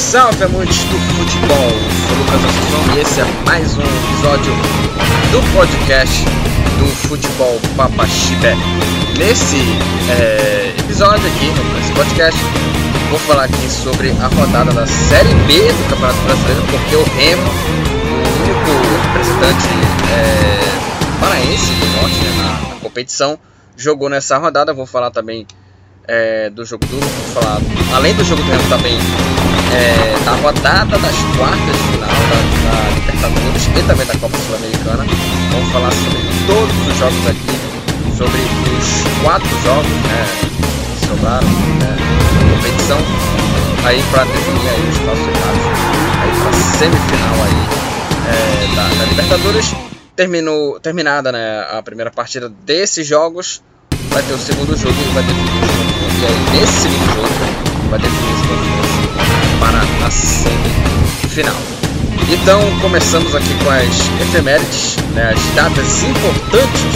Salve amantes do futebol, eu sou o Lucas Assunção e esse é mais um episódio do podcast do Futebol Papaxibé. Nesse episódio aqui, nesse podcast, vou falar aqui sobre a rodada da Série B do Campeonato Brasileiro, porque o Remo, o único representante paraense do norte, na competição, jogou nessa rodada. Vou falar também do jogo duro, vou falar, além do jogo do Remo, também da rodada das quartas de final da Libertadores e também da Copa Sul-Americana. Vamos falar sobre todos os jogos aqui, sobre os 4 jogos que sobraram na competição, aí para definir aí os classificados aí para a semifinal aí, da Libertadores. Terminada a primeira partida desses jogos, vai ter o segundo jogo e vai definir os confrontos. E aí nesse segundo jogo vai definir os confrontos para a semifinal. Então começamos aqui com as efemérides, as datas importantes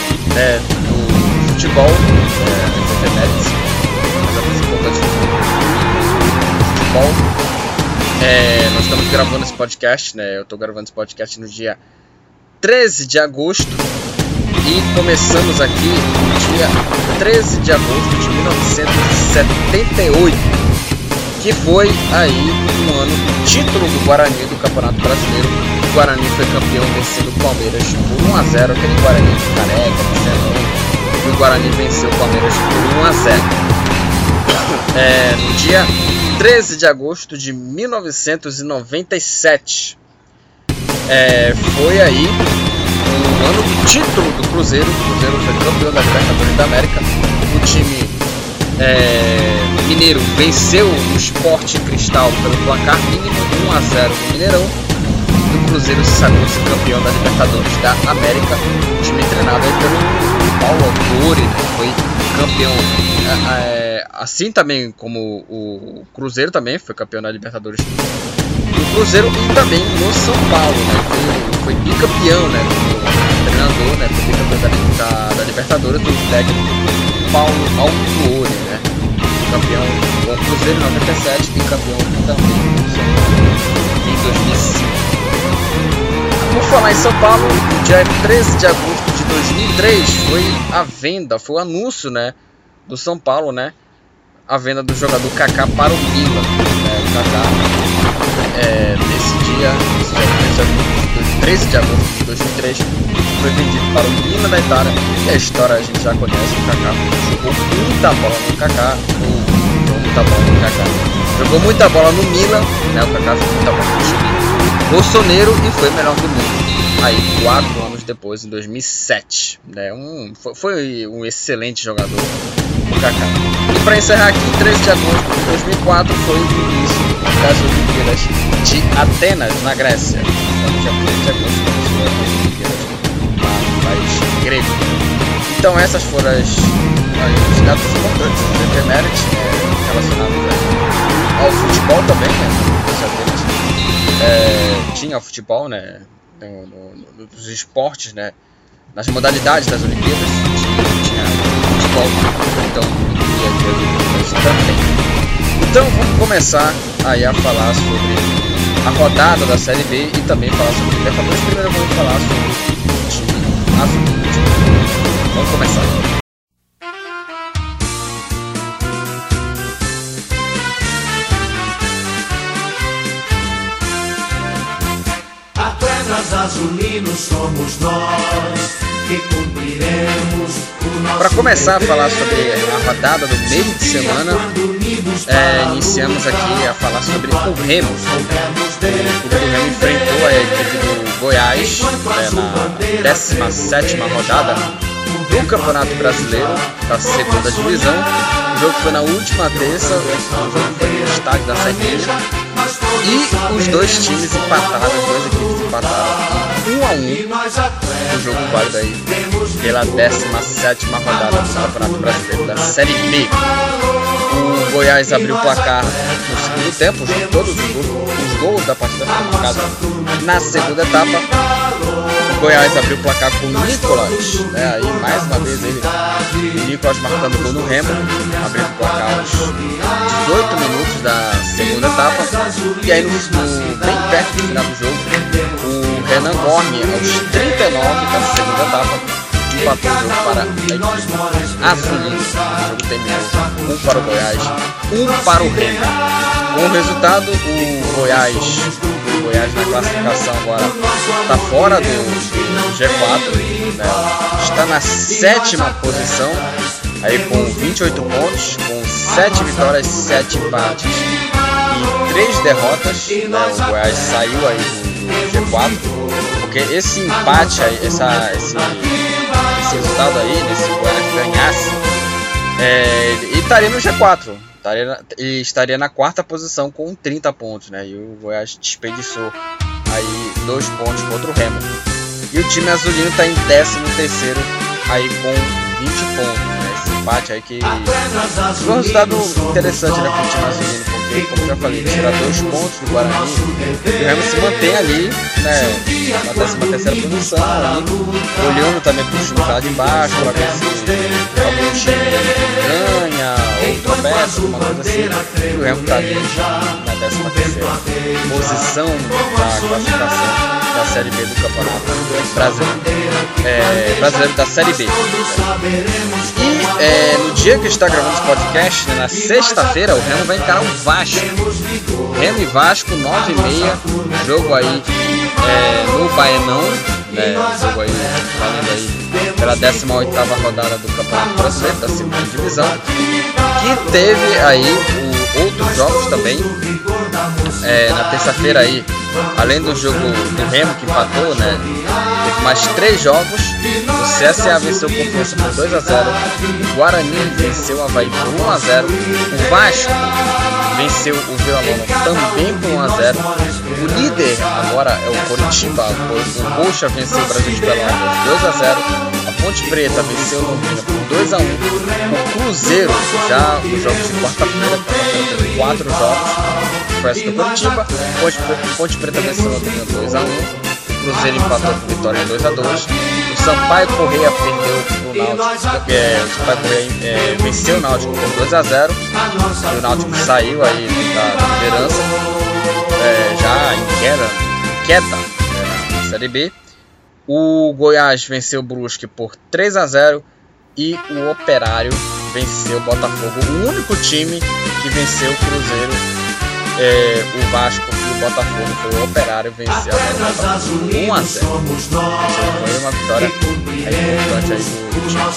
do futebol, as efemérides, as datas importantes do futebol. Nós estamos gravando esse podcast, eu estou gravando esse podcast no dia 13 de agosto e começamos aqui no dia 13 de agosto de 1978, que foi aí um ano do título do Guarani do Campeonato Brasileiro. O Guarani foi campeão vencendo o Palmeiras por 1-0, aquele Guarani de careca, de serrão, e o Guarani venceu o Palmeiras por 1-0. No dia 13 de agosto de 1997. Foi aí o ano do título do Cruzeiro. O Cruzeiro foi campeão da Libertadores da América. O time mineiro venceu o Sport Cristal pelo placar mínimo 1-0 no Mineirão. O Cruzeiro sagrou-se campeão da Libertadores da América. O time treinado aí pelo Paulo Autori, foi campeão, assim também como o Cruzeiro também foi campeão da Libertadores do Cruzeiro e também no São Paulo, foi bicampeão, como treinador, foi bicampeão da Libertadores do técnico Paulo Autori, campeão com o Cruzeiro em 97 e campeão também com o São Paulo em 2005. Por falar em São Paulo, no dia 13 de agosto de 2003 foi o anúncio, do São Paulo, a venda do jogador Kaká para o Milan. O Kaká, nesse dia 13 de agosto de 2003, foi vendido para o Milan da Itália. E a história a gente já conhece. O Kaká jogou muita bola no Kaká, jogou muita bola no Milan, o Kaká jogou muita bola no time rossoneiro e foi melhor do mundo aí 4 anos depois, em 2007. Foi um excelente jogador, o Kaká. E para encerrar aqui, 13 de agosto de 2004 foi o início das Olimpíadas de Atenas, na Grécia. No dia 13 de agosto começou as Olimpíadas no país grego. Então essas foram as datas importantes, as efemérides relacionadas ao futebol também, tinha o futebol, nos esportes, nas modalidades das Olimpíadas, tinha o futebol, então incluía aqui as Olimpíadas também. Então vamos começar aí a falar sobre a rodada da Série B e também falar sobre o Libertadores. Primeiro vamos falar sobre o time azul. Vamos começar. Azulinos somos nós que cumpriremos o nosso. Para começar a falar sobre a rodada do meio de semana, iniciamos aqui a falar sobre o Remo. O Remo enfrentou a equipe do Goiás na 17ª rodada do Campeonato Brasileiro da segunda divisão. O jogo foi na última terça, o jogo foi no estádio da Cerveja. E os dois times empataram, as duas equipes empataram 1-1. O jogo válido aí pela 17ª rodada do Campeonato Brasileiro da Série B. O Goiás abriu o placar no segundo tempo, todos os gols da partida foram marcados na segunda etapa. Goiás abriu o placar com o Nicolas, né? Aí mais uma vez o Nicolas marcando gol no Remo, abriu o placar aos 18 minutos da segunda etapa. E aí bem perto do final do jogo, o Renan Gorni, aos 39 da segunda etapa, empatou o jogo para a equipe azulina. O jogo terminou 1 para o Goiás, 1 para o Remo. Com o resultado, o Goiás na classificação agora está fora do G4, né? Está na 7ª posição, aí com 28 pontos, com 7 vitórias, 7 empates e 3 derrotas, né? O Goiás saiu aí do G4, porque esse empate, esse resultado aí, se o Goiás ganhasse, ele estaria no G4. E estaria na 4ª posição com 30 pontos, né? E o Goiás desperdiçou aí 2 pontos contra o Remo. E o time azulino está em 13º aí com 20 pontos, né? Esse empate aí que foi um resultado interessante, né, para o time azulino, porque, como eu já falei, tira 2 pontos do Guarani e o Remo se mantém ali, né, na 13ª posição, ali, olhando também para o time lá de baixo, para ver se algum time ganha ou tropeça, alguma coisa assim. E o Remo está ali na 13ª posição da classificação da Série B do Campeonato Brasileiro da Série B. E no dia que a gente está gravando esse podcast, né, na sexta-feira, o Remo vai encarar o Vasco. Remo e Vasco, 9h30, jogo aí no Baenão, né, jogo aí valendo aí pela 18ª rodada do Campeonato Brasileiro da 2ª divisão, que teve aí outros jogos também. Na terça-feira aí, além do jogo do Remo que empatou, né, teve mais 3 jogos. O CSA venceu o Confiança por 2-0, o Guarani venceu o Avaí por 1-0, o Vasco venceu o Vila Nova também por 1-0, o líder agora é o Coritiba, o Coxa venceu o Brasil de Pelotas por 2-0, a Ponte Preta venceu o Londrina por 2-1, o Cruzeiro, já os jogos de quarta-feira, teve 4 jogos, conhece do Coritiba, Ponte Preta venceu o Londrina 2-1, o Cruzeiro empatou com vitória em 2-2, o Sampaio Corrêa perdeu o Náutico, o Sampaio Corrêa venceu o Náutico por 2-0, e o Náutico saiu aí da liderança, já em queda na Série B. O Goiás venceu o Brusque por 3-0 e o Operário venceu o Botafogo, o único time que venceu o Cruzeiro. O Vasco e o Botafogo, foi o Operário venceu o 1-0. Foi uma vitória importante aí do time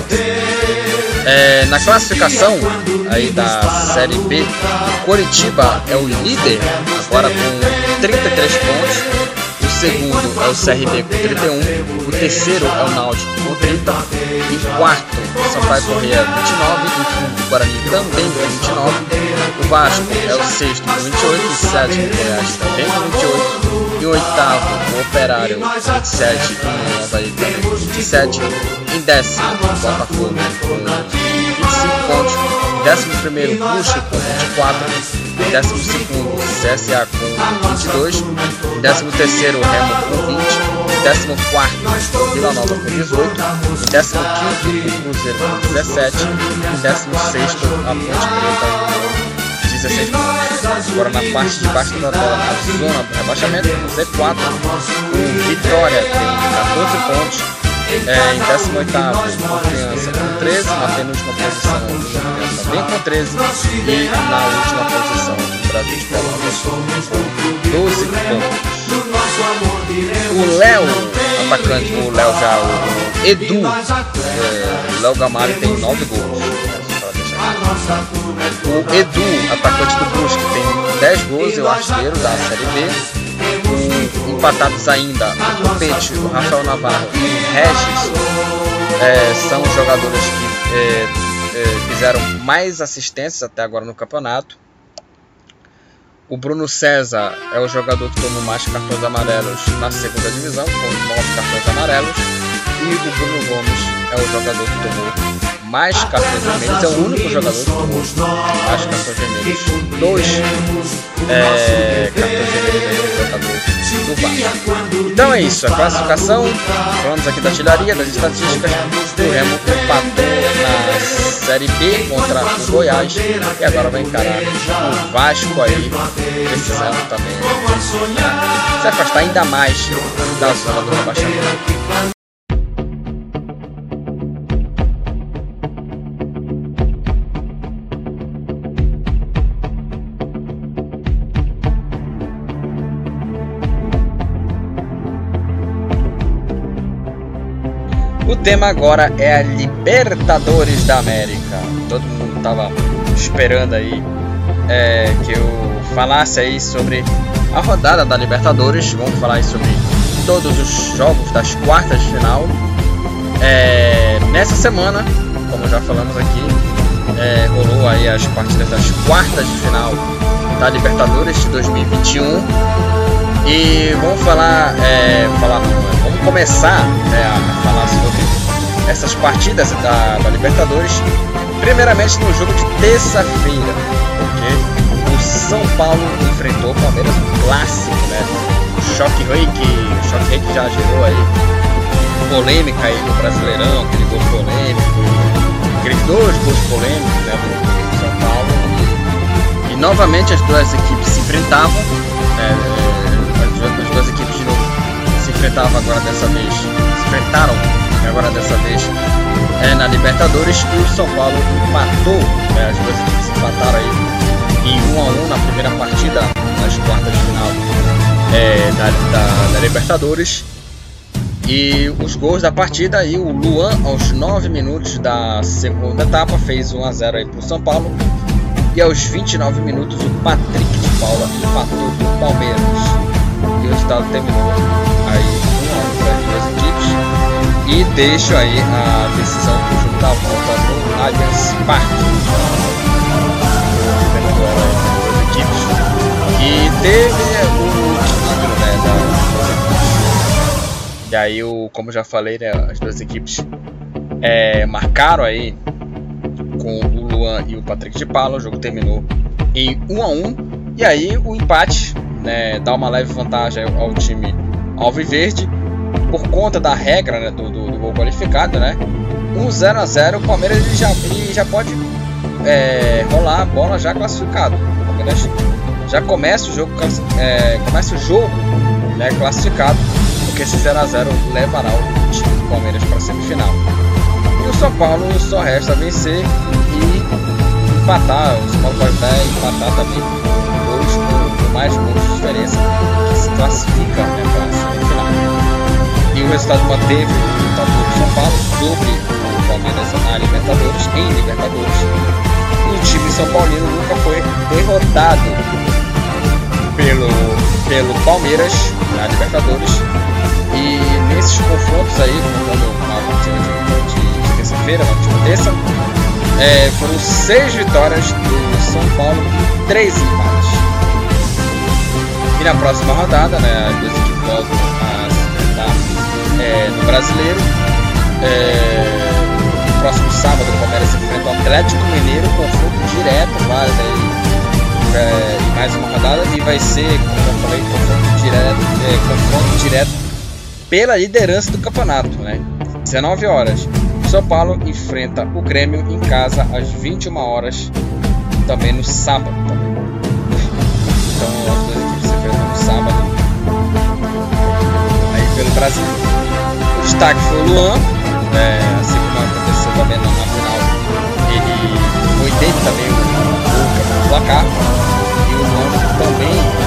portador. Na classificação aí da Série B, o Coritiba é o líder, agora com 33 pontos. O segundo é o CRB com 31, o terceiro é o Náutico com 30, em quarto o Sampaio Corrêa 29, em quinto o Guarani também com 29, o Vasco é o sexto com 28, em sétimo o Goiás também com 28, em oitavo o Operário com 27 e o Avaí também com 27, em décimo o Botafogo com 25 pontos, em décimo primeiro o Brusque com 24, em décimo segundo CSA com 22, em décimo terceiro o Remo com 20, em 14º Vila Nova com 18, em 15º o Cruzeiro com 17, em 16º a Ponte Preta com 16 pontos. Agora na parte de baixo da tabela, na zona do rebaixamento, no Z4, o Vitória tem 14 pontos, em 18º Confiança com 13, na penúltima posição o Confiança também com 13 e na última posição o Brasil de Pelotas com 12 pontos. O Léo, atacante, o Edu, o Léo Gamalho tem 9 gols. O Edu, atacante do Brusque, tem 10 gols e o artilheiro da Série B. Empatados ainda o Copete, o Rafael Navarro e o Regis, são jogadores que fizeram mais assistências até agora no campeonato. O Bruno César é o jogador que tomou mais cartões amarelos na segunda divisão, com 9 cartões amarelos. E o Bruno Gomes é o jogador que tomou mais cartões vermelhos, é o único jogador que tomou mais cartões vermelhos. 2 cartões vermelhos aí no jogador do Vasco. Então é isso, a classificação. Falamos aqui da artilharia, das estatísticas. O Remo empatou na Série B contra o Goiás e agora vai encarar o Vasco aí, precisando também se afastar ainda mais da zona do rebaixamento. O tema agora é a Libertadores da América. Todo mundo estava esperando aí que eu falasse aí sobre a rodada da Libertadores. Vamos falar aí sobre todos os jogos das quartas de final. Nessa semana, como já falamos aqui, rolou aí as partidas das quartas de final da Libertadores de 2021. E vamos vamos começar a falar sobre essas partidas da Libertadores. Primeiramente no jogo de terça-feira, porque o São Paulo enfrentou o Palmeiras, um clássico, né? O choque rei que já gerou aí polêmica aí no Brasileirão, aquele gol polêmico, aqueles 2 gols polêmicos, né, do São Paulo. E novamente as duas equipes se enfrentavam. As duas equipes de novo se enfrentaram agora dessa vez na Libertadores, e o São Paulo empatou, as duas equipes empataram aí em 1-1 na primeira partida das quartas de final da Libertadores. E os gols da partida aí, o Luan aos 9 minutos da segunda etapa fez 1-0 aí pro São Paulo, e aos 29 minutos o Patrick de Paula empatou pro Palmeiras. E o resultado terminou aí 1-1 para as duas equipes, e deixo aí a decisão do jogo da volta no Allianz Parque. Das duas equipes, e teve o título, e aí, como já falei, né, as duas equipes marcaram aí com o Luan e o Patrick de Paula. O jogo terminou em 1-1, e aí o empate, né, dá uma leve vantagem ao time alviverde por conta da regra, né, do gol qualificado, né? 0-0, o Palmeiras ele já pode rolar a bola já classificado. O Palmeiras já começa o jogo, né, classificado, porque esse 0-0 levará o time do Palmeiras para a semifinal. E o São Paulo só resta vencer e empatar. O São Paulo pode empatar também com mais gols de diferença, que se classifica, né, para a semifinal. E o resultado manteve o resultado do São Paulo sobre o Palmeiras na Libertadores, em Libertadores. E o time São Paulino nunca foi derrotado pelo Palmeiras na Libertadores. E nesses confrontos aí, uma partida de terça-feira, na última terça, foram 6 vitórias do São Paulo e 3 empates. E na próxima rodada, né, as duas equipes voltam a se enfrentar no Brasileiro. No próximo sábado o Palmeiras se enfrenta o Atlético Mineiro, confronto direto, vários aí, e mais uma rodada, e vai ser, como eu falei, confronto direto pela liderança do campeonato, né? 19 horas. São Paulo enfrenta o Grêmio em casa às 21 horas, também no sábado. Então as duas equipes se enfrentam no sábado aí pelo Brasil. O destaque foi o Luan, assim como aconteceu também na final. Ele foi dele também o placar, e o Luan também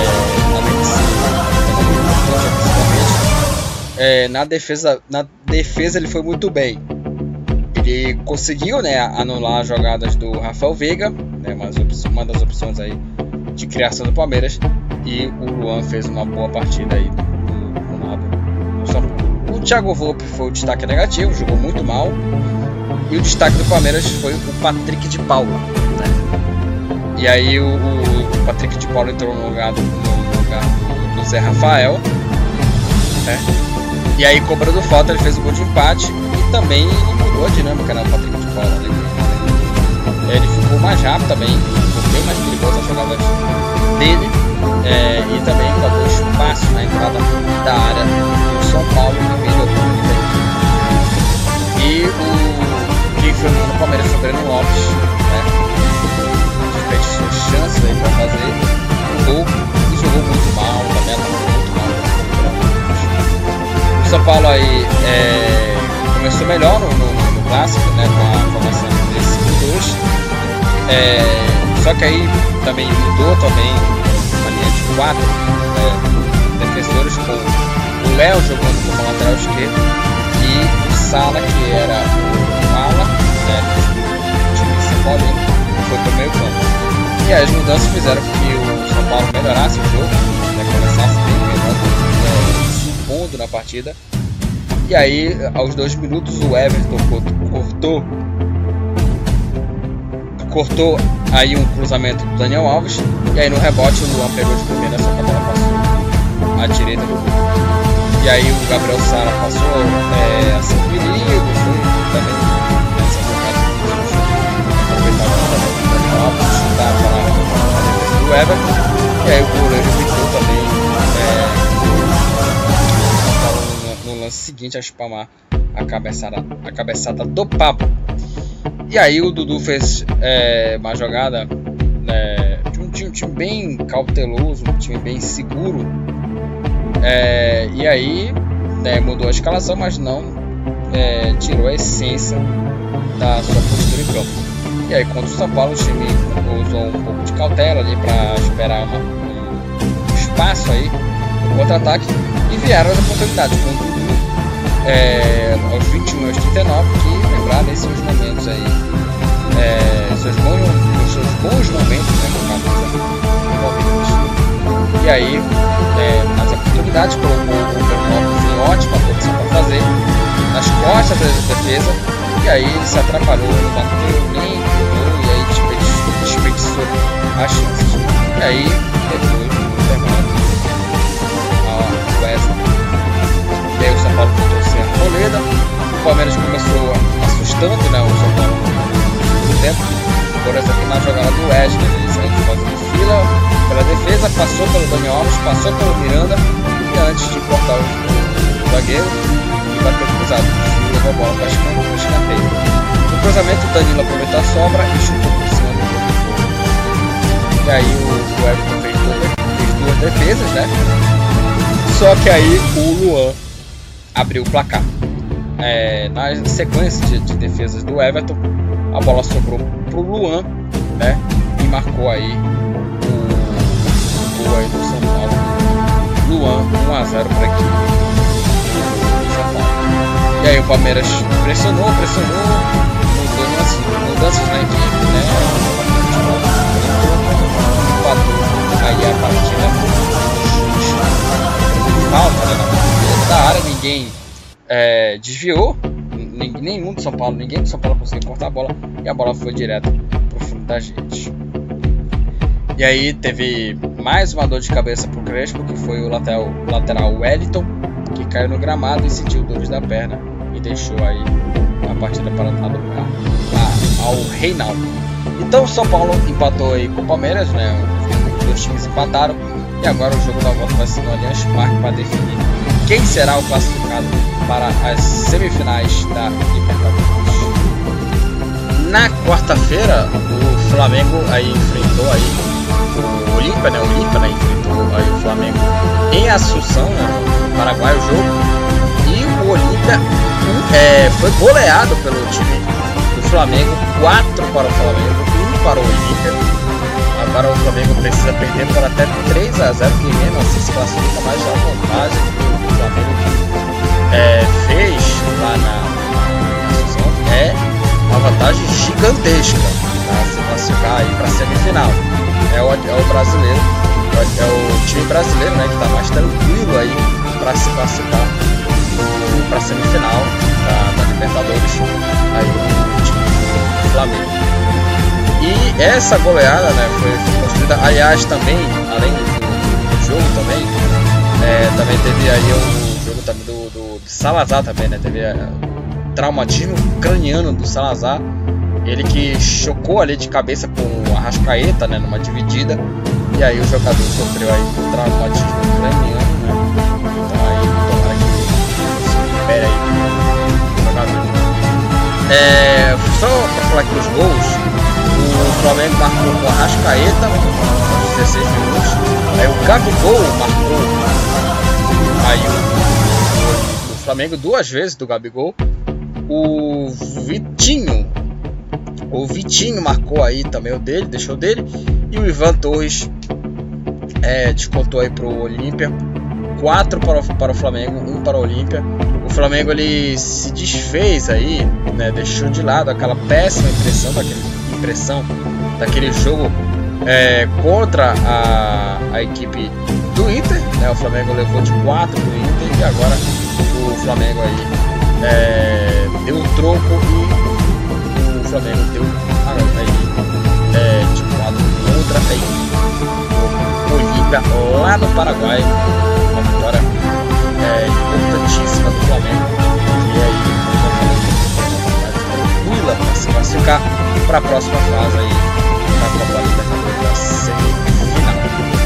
na defesa ele foi muito bem. Ele conseguiu, né, anular as jogadas do Rafael Veiga, né, uma das opções aí de criação do Palmeiras, e o Luan fez uma boa partida aí no lado do São Paulo. O Thiago Volpi foi o destaque negativo, jogou muito mal, e o destaque do Palmeiras foi o Patrick de Paula, né? E aí o Patrick de Paula entrou no lugar do Zé Rafael, né? E aí, cobrando falta, ele fez o gol de empate e também ele mudou a dinâmica, né, o Patrick de Paula, né? Ele ficou mais rápido também, ficou bem mais perigoso as jogadas dele, e também deu espaço na entrada da área do São Paulo, que melhorou muito aí. E quem foi no Palmeiras foi o Breno Lopes, né? Desperdiçou chances aí para fazer o gol e jogou muito mal, também atacou muito mal. O São Paulo aí começou melhor no clássico, né, com a formação 3-5-2, só que aí também mudou também a linha de 4 defensores, com o Léo jogando como lateral esquerdo e o Sala, que era o ala, né, do time de São Paulo, foi para o meio campo. E aí as mudanças fizeram com que o São Paulo melhorasse o jogo, né, começasse bem melhor, se impondo na partida. E aí, aos 2 minutos, o Everton cortou aí um cruzamento do Daniel Alves. E aí no rebote o Luan pegou de primeira, só que a bola passou à direita do gol. E aí o Gabriel Sara passou a ser perigo, foi também nessa jogada, aproveitar o Daniel Alves, chutar para a defesa do Everton. E aí o goleiro evitou também no lance seguinte a espalmar a cabeçada do Pablo. E aí o Dudu fez uma jogada de um time bem cauteloso, um time bem seguro, e aí mudou a escalação, mas não tirou a essência da sua postura em campo. E aí contra o São Paulo o time usou um pouco de cautela ali para esperar um espaço aí no contra-ataque, e vieram as oportunidades com o Dudu aos 21 e aos 39, que lembrar nesses momentos aí, seus bons momentos, né, com a camisa. E aí, nas oportunidades, colocou o Bernardo em ótima posição para fazer, nas costas da defesa, e aí ele se atrapalhou, não bateu nem gol, e aí desperdiçou as chances. E aí, depois do Bernardo, a Wesley, e aí o São Paulo tentou ser arboleda. O Palmeiras começou assustando, né, o São Paulo no tempo. Por exemplo, na jogada do Wesley, ele saiu fazendo fila pela defesa, passou pelo Daniel Alves, passou pelo Miranda, e antes de cortar o zagueiro e bater cruzado, e levou a bola para o escanteio. No cruzamento, o Danilo aproveitou a sobra e chutou por cima do gol. E aí o Everton fez duas defesas, né? Só que aí o Luan abriu o placar. Na sequência de defesas do Everton, a bola sobrou pro Luan, né? E marcou aí o gol aí do São Paulo. Luan 1-0 para a equipe do São Paulo. E aí o Palmeiras pressionou, mudanças na equipe, né? Empatou aí a partida. Falta, né, na da área, ninguém desviou, nenhum do São Paulo, ninguém do São Paulo conseguiu cortar a bola, e a bola foi direto pro fundo da gente. E aí teve mais uma dor de cabeça pro Crespo, que foi o lateral Wellington, que caiu no gramado e sentiu dores da perna e deixou aí a partida para ao Reinaldo. Então o São Paulo empatou aí com o Palmeiras, né? Os dois times empataram. E agora o jogo da volta vai ser no Allianz Parque para definir quem será o classificado para as semifinais da Libertadores. Na quarta-feira, o Flamengo aí enfrentou aí o Olímpia, né? O Olímpia, né, enfrentou aí o Flamengo em Assunção, né, no Paraguai, o jogo. E o Olímpia foi goleado pelo time do Flamengo, 4 para o Flamengo, 1 para o Olímpia. Agora o Flamengo precisa perder por até 3-0, que mesmo assim se classifica, mais a vantagem que o Flamengo fez lá na Assunção uma vantagem gigantesca para se classificar aí para a semifinal. É o brasileiro, é o time brasileiro, né, que está mais tranquilo aí para se classificar para a semifinal da Libertadores, aí o time do Flamengo. E essa goleada, né, foi construída, aliás, também, além do jogo também, também teve aí o jogo também do Salazar também, né, teve traumatismo craniano do Salazar. Ele que chocou ali de cabeça com o Arrascaeta, né, numa dividida. E aí o jogador sofreu aí traumatismo craniano, né? Então aí tomara que se recupere aí o jogador. Só para falar aqui os gols, o Flamengo marcou com o Arrascaeta aos 16 minutos. Aí o Gabigol marcou aí o Flamengo 2 vezes do Gabigol. O Vitinho marcou aí também o dele, deixou o dele. E o Ivan Torres descontou aí para o Olímpia. 4 para o Flamengo, 1 para o Olímpia. O Flamengo ele se desfez aí, né, deixou de lado aquela péssima impressão daquele jogo contra a equipe do Inter, né? O Flamengo levou de 4 para o Inter e agora o Flamengo aí deu um troco e o Flamengo deu de 4 contra a equipe do Olímpia lá no Paraguai. Uma vitória importantíssima do Flamengo, que é aí tranquila para se classificar para a próxima fase aí da Copa Libertadores da semifinal.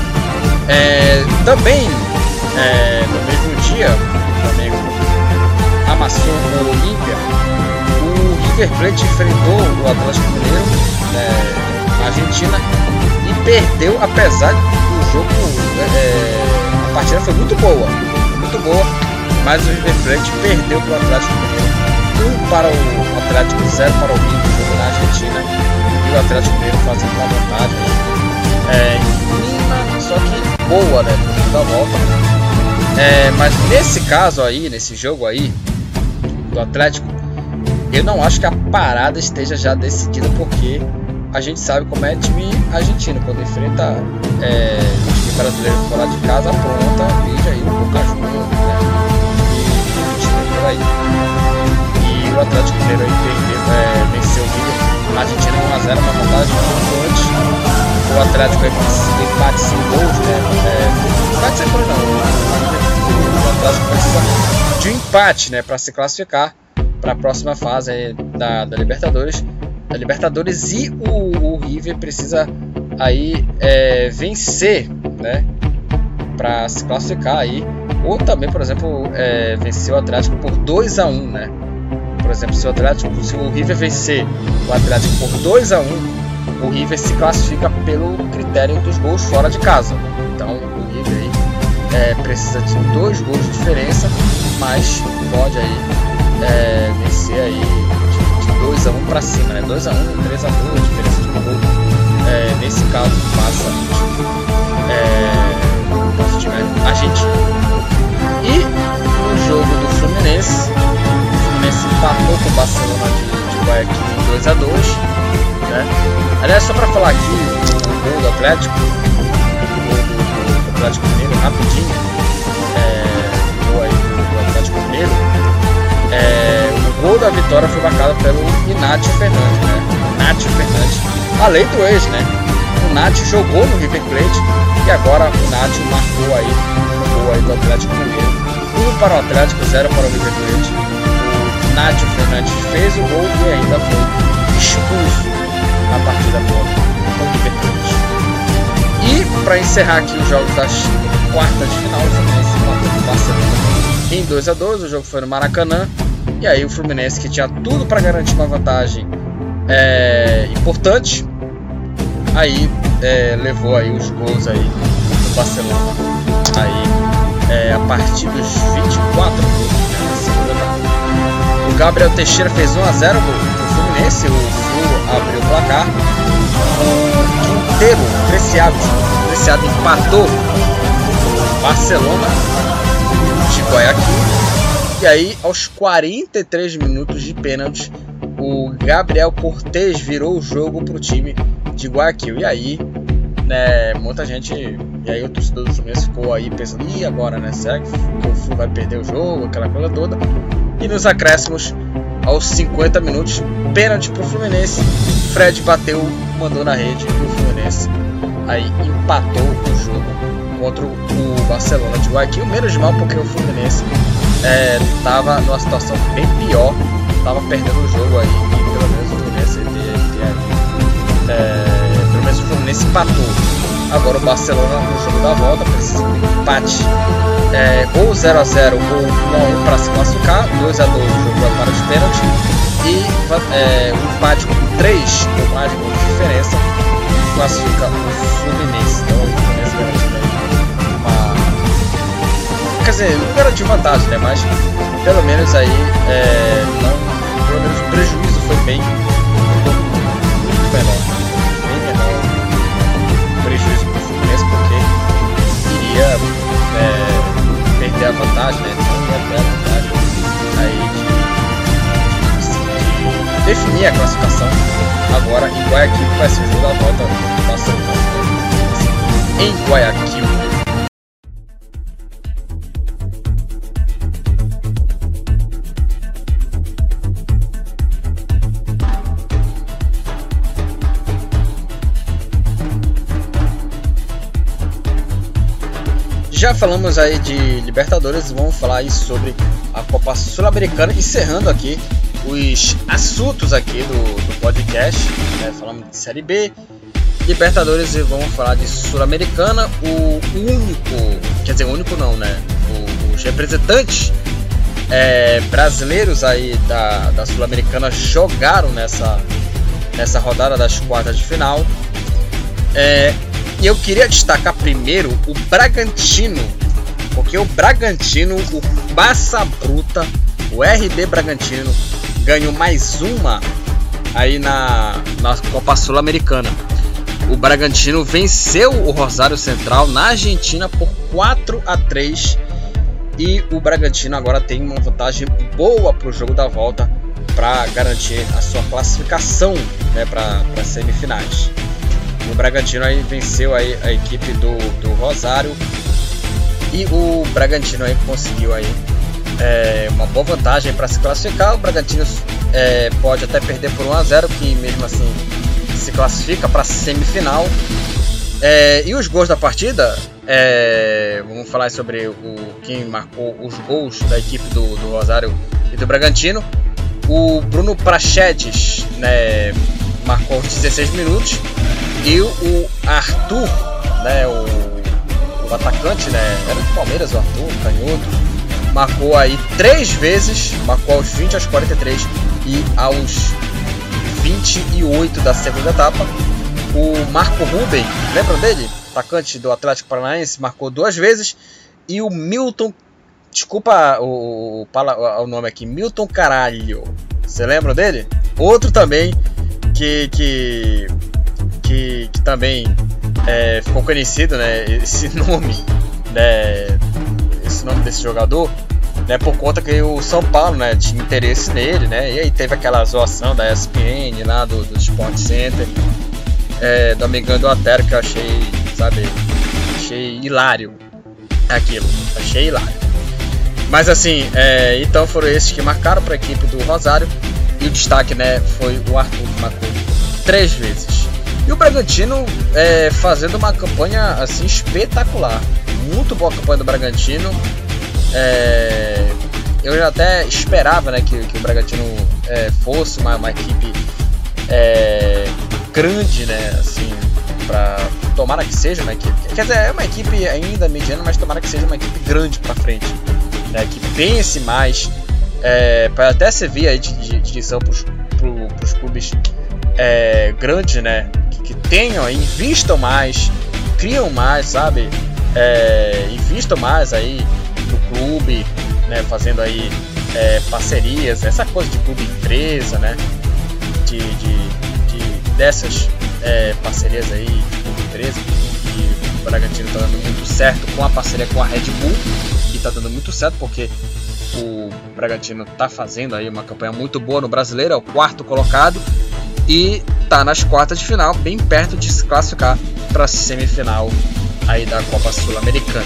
Também no mesmo dia o Flamengo amassou o Olímpia. O River Plate enfrentou o Atlético Mineiro na Argentina e perdeu, apesar do jogo. A partida foi muito boa, mas o River Plate perdeu para o Atlético Mineiro. 1 para o Atlético, 0 para o River, jogo na Argentina, e o Atlético Mineiro fazendo uma vantagem mínima, só que boa, né, pro da volta. Mas nesse caso aí, nesse jogo aí do Atlético, eu não acho que a parada esteja já decidida, porque a gente sabe como é time argentino quando enfrenta time brasileiro fora de casa, pronta, veja aí o Boca Juniors, né? E time por aí. E o Atlético Mineiro aí venceu o River. A Argentina 1-0, uma vantagem importante. O Atlético aí conseguiu empate sem gols, né? Empate sem gols não. O Atlético precisa de um empate, né, para se classificar para a próxima fase aí da Libertadores. E o River precisa aí vencer, né, para se classificar aí, ou também, por exemplo, vencer o Atlético por 2-1, né? Por exemplo, se o River vencer o Atlético por 2-1, o River se classifica pelo critério dos gols fora de casa. Então o River aí precisa de 2 gols de diferença, mas pode aí vencer aí de 2-1 para cima, né? 2-1, 3-2, diferença de um gol. Nesse caso passa o time argentino. E no jogo do Fluminense, o Fluminense empatou com o Barcelona de Guayaquil em 2-2, né? Aliás, só para falar aqui o gol do Atlético, Mineiro, rapidinho, o gol aí do Atlético Mineiro, o gol da vitória foi marcado pelo Inácio Fernandes, né? Inácio Fernandes, a lei do ex, né? O Inácio jogou no River Plate e agora o Inácio marcou aí o gol aí do Atlético Mineiro. 1 para o Atlético, 0 para o River Plate. O Inácio Fernandes fez o gol e ainda foi expulso na partida contra o River Plate. E para encerrar aqui os jogos das quartas de final, o Fluminense empatou com o Barcelona em 2-2. O jogo foi no Maracanã. E aí o Fluminense, que tinha tudo para garantir uma vantagem importante, aí levou aí os gols aí do Barcelona aí a partir dos 24 minutos, né, na segunda etapa. O Gabriel Teixeira fez 1-0 pro Fluminense. O Flu abriu o placar. O Quinteiro Preciado empatou o Barcelona de Guayaquil. E aí, aos 43 minutos de pênalti, o Gabriel Cortez virou o jogo para o time de Guayaquil. E aí, né, muita gente... E aí o torcedor do Fluminense ficou aí pensando, e agora, né? Será que o Flu vai perder o jogo? Aquela coisa toda. E nos acréscimos, aos 50 minutos, pênalti para o Fluminense. Fred bateu, mandou na rede, e o Fluminense aí empatou o jogo contra o Barcelona de Guayaquil. Menos mal, porque o Fluminense estava numa situação bem pior estava perdendo o jogo aí, e pelo menos o Fluminense pelo menos o Fluminense empatou. Agora o Barcelona no jogo da volta precisa de um empate, ou 0x0 ou 1x1 para se classificar. 2x2 o jogo vai para os pênaltis, e um empate com 3 ou mais gols de diferença classifica o Fluminense. Então o Fluminense garantindo aí uma... Quer dizer, não garantiu vantagem, né? Mas pelo menos aí pelo menos o prejuízo foi bem muito menor. Bem menor o prejuízo para o Fluminense, porque iria perder a vantagem, né? Não ia ter a vantagem aí de definir a classificação. Agora em Guayaquil vai ser o jogo da volta do Barcelona em Guayaquil. Já falamos aí de Libertadores, vamos falar aí sobre a Copa Sul-Americana, encerrando aqui os assuntos aqui do podcast, né? Falamos de Série B, Libertadores, e vamos falar de Sul-Americana. O único não, né? Os representantes brasileiros aí da Sul-Americana jogaram nessa rodada das quartas de final. E eu queria destacar primeiro o Bragantino, porque o Bragantino, o Massa Bruta, o RB Bragantino, ganhou mais uma aí na Copa Sul-Americana. O Bragantino venceu o Rosário Central na Argentina por 4-3, e o Bragantino agora tem uma vantagem boa para o jogo da volta para garantir a sua classificação, né, para as semifinais. O Bragantino aí venceu aí a equipe do Rosário, e o Bragantino aí conseguiu aí uma boa vantagem para se classificar. O Bragantino pode até perder por 1-0, que mesmo assim se classifica para a semifinal. E os gols da partida, vamos falar sobre quem marcou os gols da equipe do Rosário e do Bragantino. O Bruno Prachedes, né, marcou os 16 minutos, e o Arthur, né, o atacante, né, era do Palmeiras, o Arthur, canhoto, marcou aí 3 vezes, marcou aos 20, aos 43 e aos 28 da segunda etapa. O Marco Ruben, lembram dele? Atacante do Atlético Paranaense, marcou 2 vezes. E o Milton, desculpa o nome aqui, Milton Caralho, você lembra dele? Outro também que também ficou conhecido, né, esse nome desse jogador, né, por conta que o São Paulo, né, tinha interesse nele, né, e aí teve aquela zoação da ESPN lá do Sport Center, do amigão do Atero, que eu achei hilário aquilo, achei hilário. Mas assim, então foram esses que marcaram para a equipe do Rosário, e o destaque, né, foi o Arthur, que marcou 3 vezes. E o Bragantino fazendo uma campanha assim espetacular, muito boa a campanha do Bragantino. Eu já até esperava, né, que o Bragantino fosse uma equipe grande, né, assim, tomara que seja uma equipe, quer dizer, é uma equipe ainda mediana, mas tomara que seja uma equipe grande para frente, né, que pense mais, para até servir aí de lição para os clubes grandes, né, que tenham, invistam mais, criam mais, sabe, invistam mais aí no clube, né, fazendo aí parcerias, essa coisa de clube empresa, né, dessas parcerias aí de clube empresa, e o Bragantino está dando muito certo com a parceria com a Red Bull, e está dando muito certo porque o Bragantino está fazendo aí uma campanha muito boa no Brasileiro, é o 4º colocado, e está nas quartas de final, bem perto de se classificar para a semifinal aí da Copa Sul-Americana.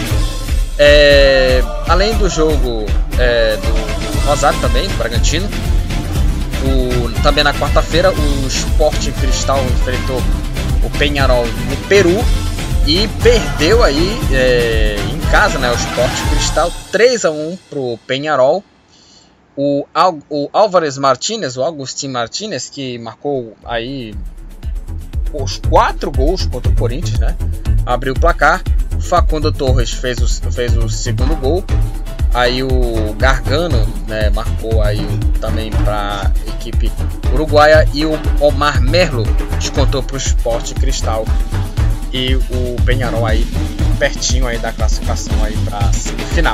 Além do jogo do Rosário também, do Bragantino, também na quarta-feira o Sporting Cristal enfrentou o Peñarol no Peru e perdeu aí em casa, né, o Sporting Cristal 3-1 pro Peñarol. o Álvares Martínez, o Agustín Martínez, que marcou aí os 4 gols contra o Corinthians, né? Abriu o placar. Facundo Torres fez o segundo gol. Aí o Gargano, né, marcou aí também para a equipe uruguaia. E o Omar Merlo descontou para o Sport Cristal. E o Peñarol aí pertinho aí da classificação aí para a semifinal.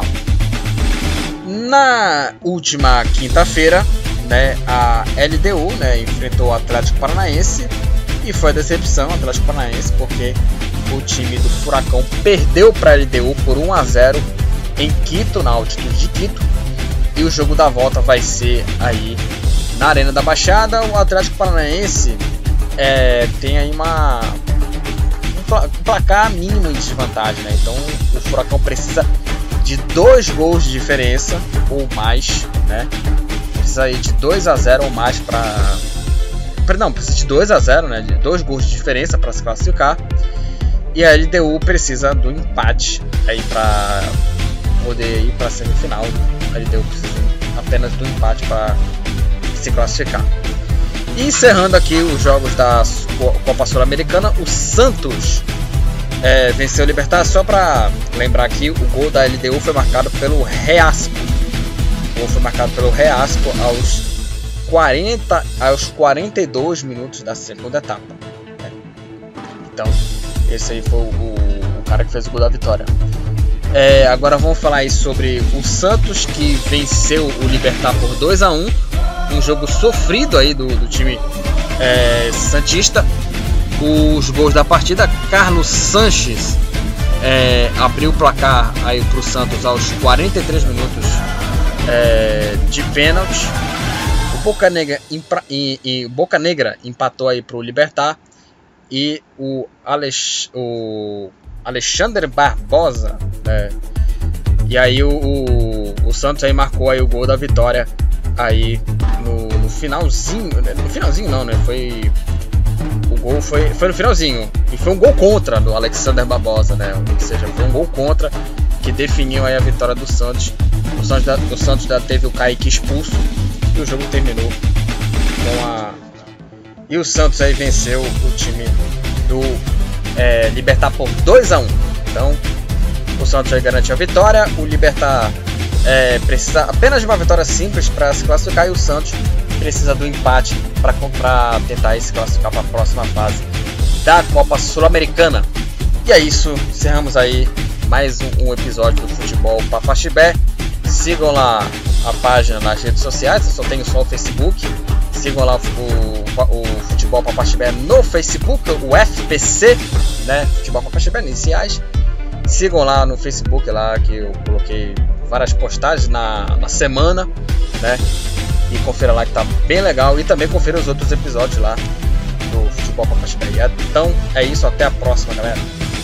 Na última quinta-feira, né, a LDU, né, enfrentou o Atlético Paranaense e foi a decepção do Atlético Paranaense, porque o time do Furacão perdeu para a LDU por 1-0 em Quito, na altitude de Quito, e o jogo da volta vai ser aí na Arena da Baixada. O Atlético Paranaense tem aí um placar mínimo de desvantagem, né? Então o Furacão precisa de 2 gols de diferença ou mais, né? Precisa aí de 2-0 ou mais precisa de 2-0, né? De 2 gols de diferença para se classificar. E a LDU precisa do empate aí para poder ir para a semifinal. A LDU precisa apenas do empate para se classificar. E encerrando aqui os jogos da Copa Sul-Americana, o Santos venceu o Libertad. Só para lembrar aqui, o gol da LDU foi marcado pelo Reasco. O gol foi marcado pelo Reasco aos 42 minutos da segunda etapa. Então, esse aí foi o cara que fez o gol da vitória. Agora vamos falar aí sobre o Santos, que venceu o Libertad por 2-1. Um jogo sofrido aí do time santista. Os gols da partida: Carlos Sanches abriu o placar aí para o Santos aos 43 minutos de pênalti. O Boca Negra empatou aí para o Libertad. E o Alexandre Barbosa, e aí o Santos aí marcou aí o gol da vitória aí no finalzinho. No finalzinho não, né? O gol foi no finalzinho. E foi um gol contra do Alexandre Barbosa, né? Ou seja, foi um gol contra que definiu aí a vitória do Santos. O Santos teve o Kaique expulso e o jogo terminou E o Santos aí venceu o time do Libertad por 2-1. Então o Santos aí garantiu a vitória. O Libertad precisa apenas de uma vitória simples para se classificar. E o Santos precisa do empate para tentar se classificar para a próxima fase da Copa Sul-Americana. E é isso, encerramos aí mais um episódio do Futebol Papaxibé. Sigam lá a página nas redes sociais, eu só tenho o Facebook. Sigam lá o Futebol Papaxibé no Facebook, o FPC, né? Futebol Papaxibé Iniciais. Sigam lá no Facebook, lá que eu coloquei várias postagens na semana, né? E confira lá que tá bem legal. E também confira os outros episódios lá do Futebol Papaxibé. Então é isso, até a próxima, galera.